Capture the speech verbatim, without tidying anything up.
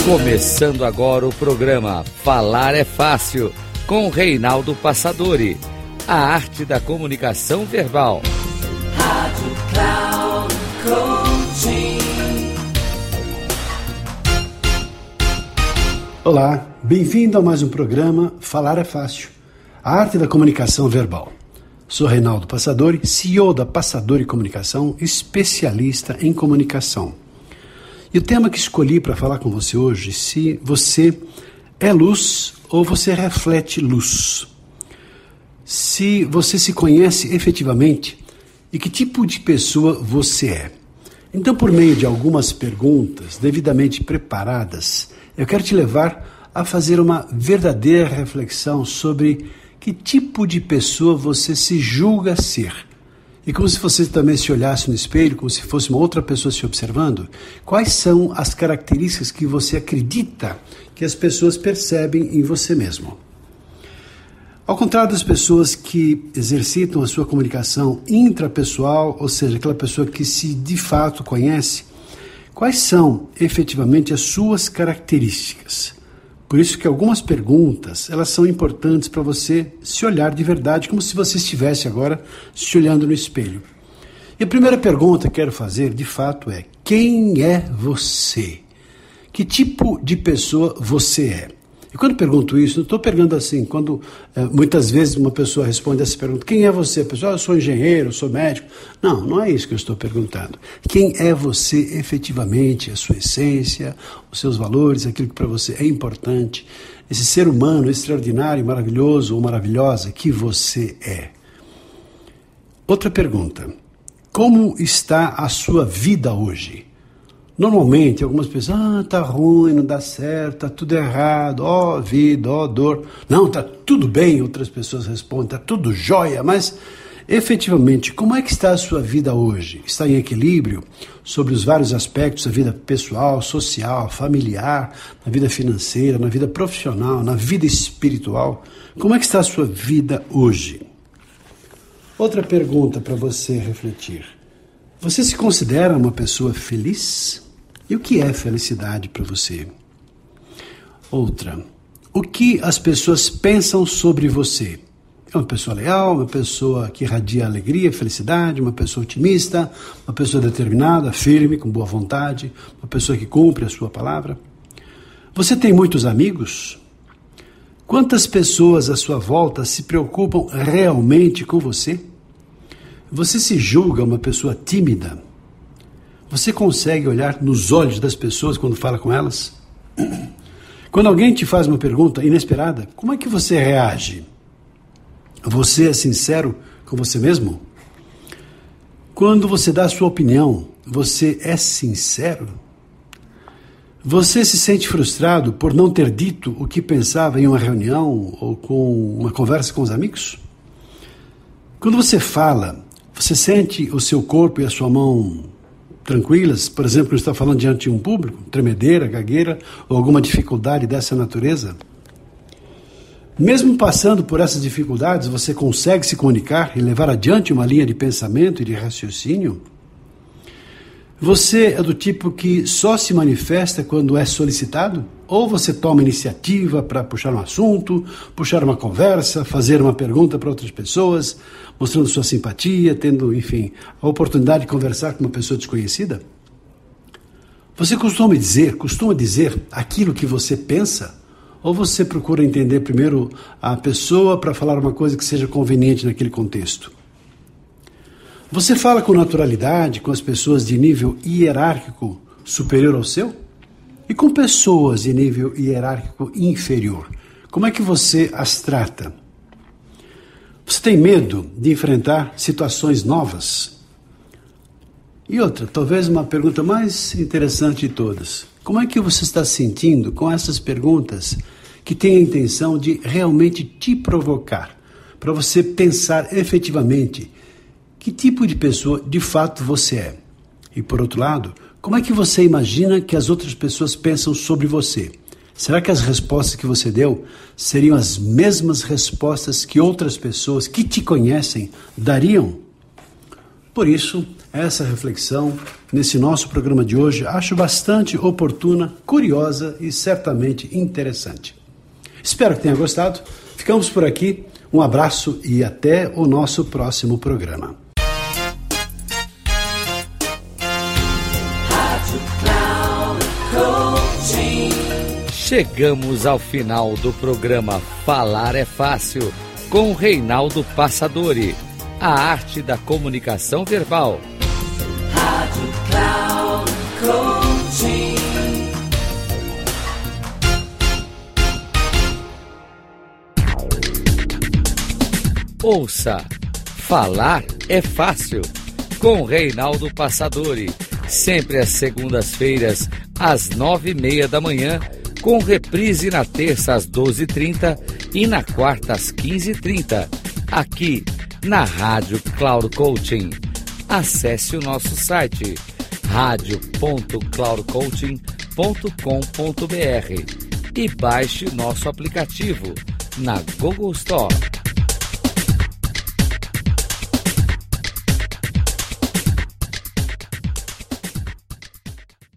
Começando agora o programa Falar é Fácil, com Reinaldo Passadori, a arte da comunicação verbal. Rádio Cloud Coaching. Olá, bem-vindo a mais um programa Falar é Fácil, a arte da comunicação verbal. Sou Reinaldo Passadori, C E O da Passadori Comunicação, especialista em comunicação. E o tema que escolhi para falar com você hoje, se você é luz ou você reflete luz. Se você se conhece efetivamente e que tipo de pessoa você é. Então, por meio de algumas perguntas devidamente preparadas, eu quero te levar a fazer uma verdadeira reflexão sobre que tipo de pessoa você se julga ser. E como se você também se olhasse no espelho, como se fosse uma outra pessoa se observando, quais são as características que você acredita que as pessoas percebem em você mesmo? Ao contrário das pessoas que exercitam a sua comunicação intrapessoal, ou seja, aquela pessoa que se de fato conhece, quais são efetivamente as suas características? Por isso que algumas perguntas, elas são importantes para você se olhar de verdade, como se você estivesse agora se olhando no espelho. E a primeira pergunta que quero fazer, de fato, é: quem é você? Que tipo de pessoa você é? E quando pergunto isso, não estou perguntando assim, quando é, muitas vezes uma pessoa responde essa pergunta: quem é você? A pessoa, ah, eu sou engenheiro, eu sou médico. Não, não é isso que eu estou perguntando. Quem é você efetivamente, a sua essência, os seus valores, aquilo que para você é importante, esse ser humano extraordinário, maravilhoso ou maravilhosa que você é. Outra pergunta: como está a sua vida hoje? Normalmente, algumas pessoas, ah, tá ruim, não dá certo, tá tudo errado, ó oh, vida, ó oh, dor. Não, tá tudo bem, outras pessoas respondem, tá tudo jóia, mas efetivamente, como é que está a sua vida hoje? Está em equilíbrio sobre os vários aspectos da vida pessoal, social, familiar, na vida financeira, na vida profissional, na vida espiritual? Como é que está a sua vida hoje? Outra pergunta para você refletir. Você se considera uma pessoa feliz? E o que é felicidade para você? Outra, o que as pessoas pensam sobre você? É uma pessoa leal, uma pessoa que irradia alegria, felicidade, uma pessoa otimista, uma pessoa determinada, firme, com boa vontade, uma pessoa que cumpre a sua palavra? Você tem muitos amigos? Quantas pessoas à sua volta se preocupam realmente com você? Você se julga uma pessoa tímida? Você consegue olhar nos olhos das pessoas quando fala com elas? Quando alguém te faz uma pergunta inesperada, como é que você reage? Você é sincero com você mesmo? Quando você dá a sua opinião, você é sincero? Você se sente frustrado por não ter dito o que pensava em uma reunião ou com uma conversa com os amigos? Quando você fala, você sente o seu corpo e a sua mão tranquilas? Por exemplo, está falando diante de um público, tremedeira, gagueira ou alguma dificuldade dessa natureza? Mesmo passando por essas dificuldades, você consegue se comunicar e levar adiante uma linha de pensamento e de raciocínio? Você é do tipo que só se manifesta quando é solicitado? Ou você toma iniciativa para puxar um assunto, puxar uma conversa, fazer uma pergunta para outras pessoas, mostrando sua simpatia, tendo, enfim, a oportunidade de conversar com uma pessoa desconhecida? Você costuma dizer, costuma dizer aquilo que você pensa? Ou você procura entender primeiro a pessoa para falar uma coisa que seja conveniente naquele contexto? Você fala com naturalidade com as pessoas de nível hierárquico superior ao seu? E com pessoas de nível hierárquico inferior? Como é que você as trata? Você tem medo de enfrentar situações novas? E outra, talvez uma pergunta mais interessante de todas. Como é que você está se sentindo com essas perguntas que têm a intenção de realmente te provocar, para você pensar efetivamente que tipo de pessoa de fato você é? E por outro lado, como é que você imagina que as outras pessoas pensam sobre você? Será que as respostas que você deu seriam as mesmas respostas que outras pessoas que te conhecem dariam? Por isso, essa reflexão nesse nosso programa de hoje. Acho bastante oportuna, curiosa e certamente interessante. Espero que tenha gostado. Ficamos por aqui. Um abraço e até o nosso próximo programa. Chegamos ao final do programa Falar é Fácil, com Reinaldo Passadori, a arte da comunicação verbal. Rádio Cloud Coaching. Ouça Falar é Fácil, com Reinaldo Passadori, sempre às segundas-feiras, às nove e meia da manhã, com reprise na terça às doze e trinta e na quarta às quinze e trinta, aqui na Rádio Cloud Coaching. Acesse o nosso site rádio ponto cloud coaching ponto com ponto b r e baixe nosso aplicativo na Google Store.